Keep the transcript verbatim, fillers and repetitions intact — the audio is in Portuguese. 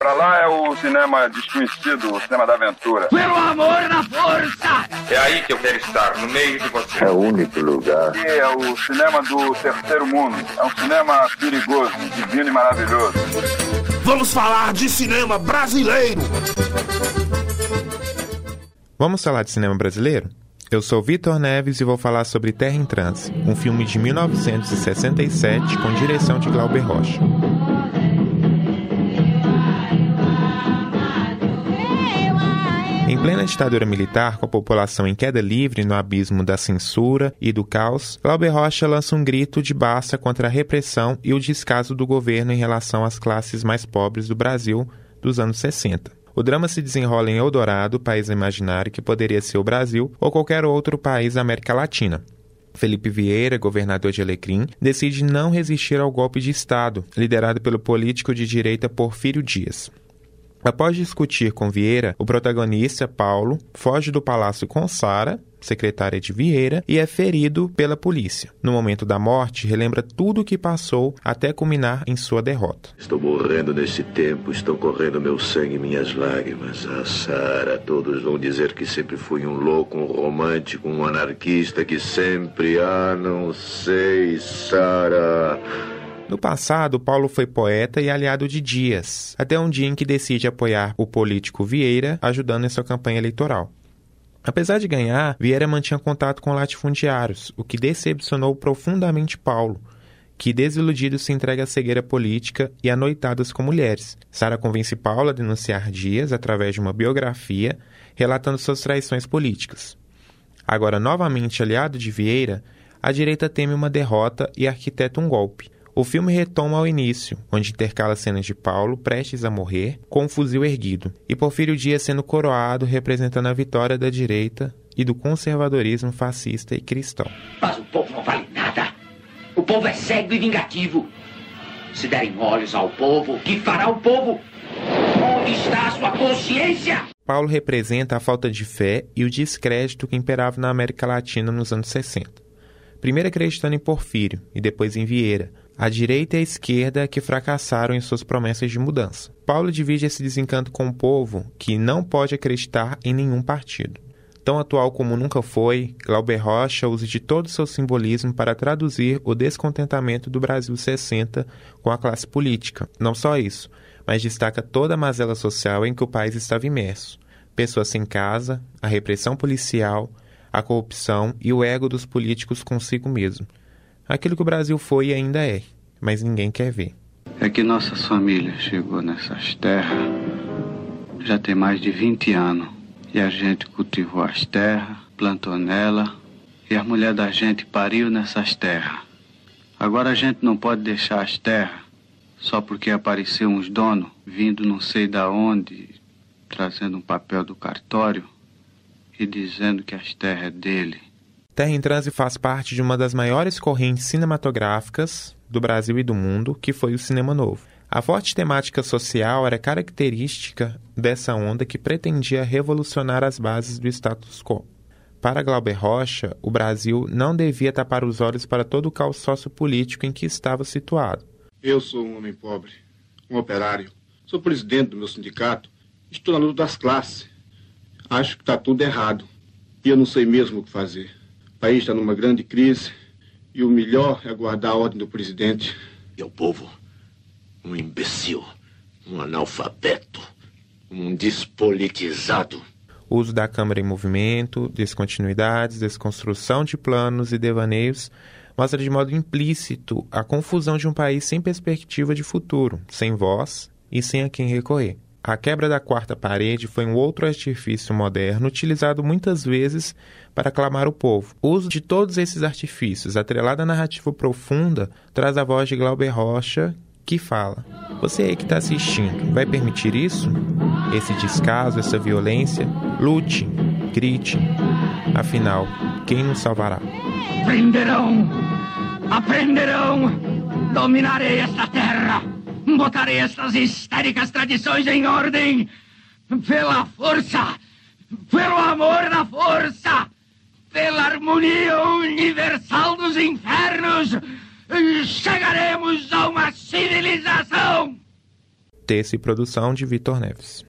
Para lá é o cinema desconhecido, o cinema da aventura. Pelo amor da força! É aí que eu quero estar, no meio de você. É o único lugar. Aqui é o cinema do terceiro mundo. É um cinema perigoso, divino e maravilhoso. Vamos falar de cinema brasileiro! Vamos falar de cinema brasileiro? Eu sou Vitor Neves e vou falar sobre Terra em Transe, um filme de mil novecentos e sessenta e sete com direção de Glauber Rocha. Em plena ditadura militar, com a população em queda livre no abismo da censura e do caos, Glauber Rocha lança um grito de basta contra a repressão e o descaso do governo em relação às classes mais pobres do Brasil dos anos sessenta. O drama se desenrola em Eldorado, país imaginário que poderia ser o Brasil ou qualquer outro país da América Latina. Felipe Vieira, governador de Alecrim, decide não resistir ao golpe de Estado, liderado pelo político de direita Porfírio Dias. Após discutir com Vieira, o protagonista, Paulo, foge do palácio com Sara, secretária de Vieira, e é ferido pela polícia. No momento da morte, relembra tudo o que passou até culminar em sua derrota. Estou morrendo nesse tempo, estão correndo meu sangue e minhas lágrimas. Ah, Sara, todos vão dizer que sempre fui um louco, um romântico, um anarquista, que sempre... Ah, não sei, Sara... No passado, Paulo foi poeta e aliado de Dias, até um dia em que decide apoiar o político Vieira, ajudando em sua campanha eleitoral. Apesar de ganhar, Vieira mantinha contato com latifundiários, o que decepcionou profundamente Paulo, que desiludido se entrega à cegueira política e a noitadas com mulheres. Sara convence Paulo a denunciar Dias através de uma biografia, relatando suas traições políticas. Agora, novamente aliado de Vieira, a direita teme uma derrota e arquiteta um golpe. O filme retoma ao início, onde intercala cenas de Paulo prestes a morrer, com um fuzil erguido, e Porfírio Dias sendo coroado representando a vitória da direita e do conservadorismo fascista e cristão. Mas o povo não vale nada. O povo é cego e vingativo. Se derem olhos ao povo, o que fará o povo? Onde está a sua consciência? Paulo representa a falta de fé e o descrédito que imperava na América Latina nos anos sessenta. Primeiro acreditando em Porfírio e depois em Vieira, a direita e a esquerda que fracassaram em suas promessas de mudança. Paulo divide esse desencanto com o povo que não pode acreditar em nenhum partido. Tão atual como nunca foi, Glauber Rocha usa de todo o seu simbolismo para traduzir o descontentamento do Brasil sessenta com a classe política. Não só isso, mas destaca toda a mazela social em que o país estava imerso. Pessoas sem casa, a repressão policial, a corrupção e o ego dos políticos consigo mesmo. Aquilo que o Brasil foi e ainda é, mas ninguém quer ver. É que nossa família chegou nessas terras já tem mais de vinte anos. E a gente cultivou as terras, plantou nela, e a mulher da gente pariu nessas terras. Agora a gente não pode deixar as terras só porque apareceu uns donos vindo não sei da onde, trazendo um papel do cartório e dizendo que as terras é dele. Terra em Transe faz parte de uma das maiores correntes cinematográficas do Brasil e do mundo, que foi o cinema novo. A forte temática social era característica dessa onda que pretendia revolucionar as bases do status quo. Para Glauber Rocha, o Brasil não devia tapar os olhos para todo o caos sociopolítico em que estava situado. Eu sou um homem pobre, um operário, sou presidente do meu sindicato, estou na luta das classes. Acho que está tudo errado e eu não sei mesmo o que fazer. O país está numa grande crise e o melhor é guardar a ordem do presidente. E o povo, um imbecil, um analfabeto, um despolitizado. O uso da Câmara em movimento, descontinuidades, desconstrução de planos e devaneios mostra de modo implícito a confusão de um país sem perspectiva de futuro, sem voz e sem a quem recorrer. A quebra da quarta parede foi um outro artifício moderno utilizado muitas vezes para aclamar o povo. O uso de todos esses artifícios, atrelado à narrativa profunda, traz a voz de Glauber Rocha, que fala: você aí que está assistindo, vai permitir isso? Esse descaso, essa violência? Lute, grite. Afinal, quem nos salvará? Prenderão! Aprenderão! Dominarei esta terra! Botarei essas histéricas tradições em ordem! Pela força! Pelo amor da força! Pela harmonia universal dos infernos! Chegaremos a uma civilização! Texto e produção de Vitor Neves.